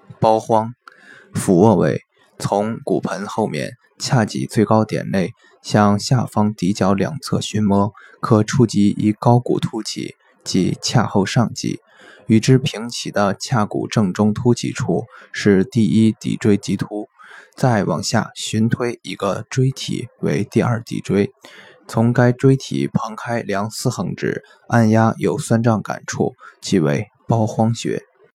胞荒，俯卧位，从骨盆后面髂脊最高点内向下方骶脚两侧寻摸，可触及一高骨突起，即髂后上棘。与之平齐的髂骨正中突起处是第一骶椎棘突，再往下寻推一个椎体为第二骶椎，从该椎体棚开量4横指，按压有酸胀感处，即为胞荒穴。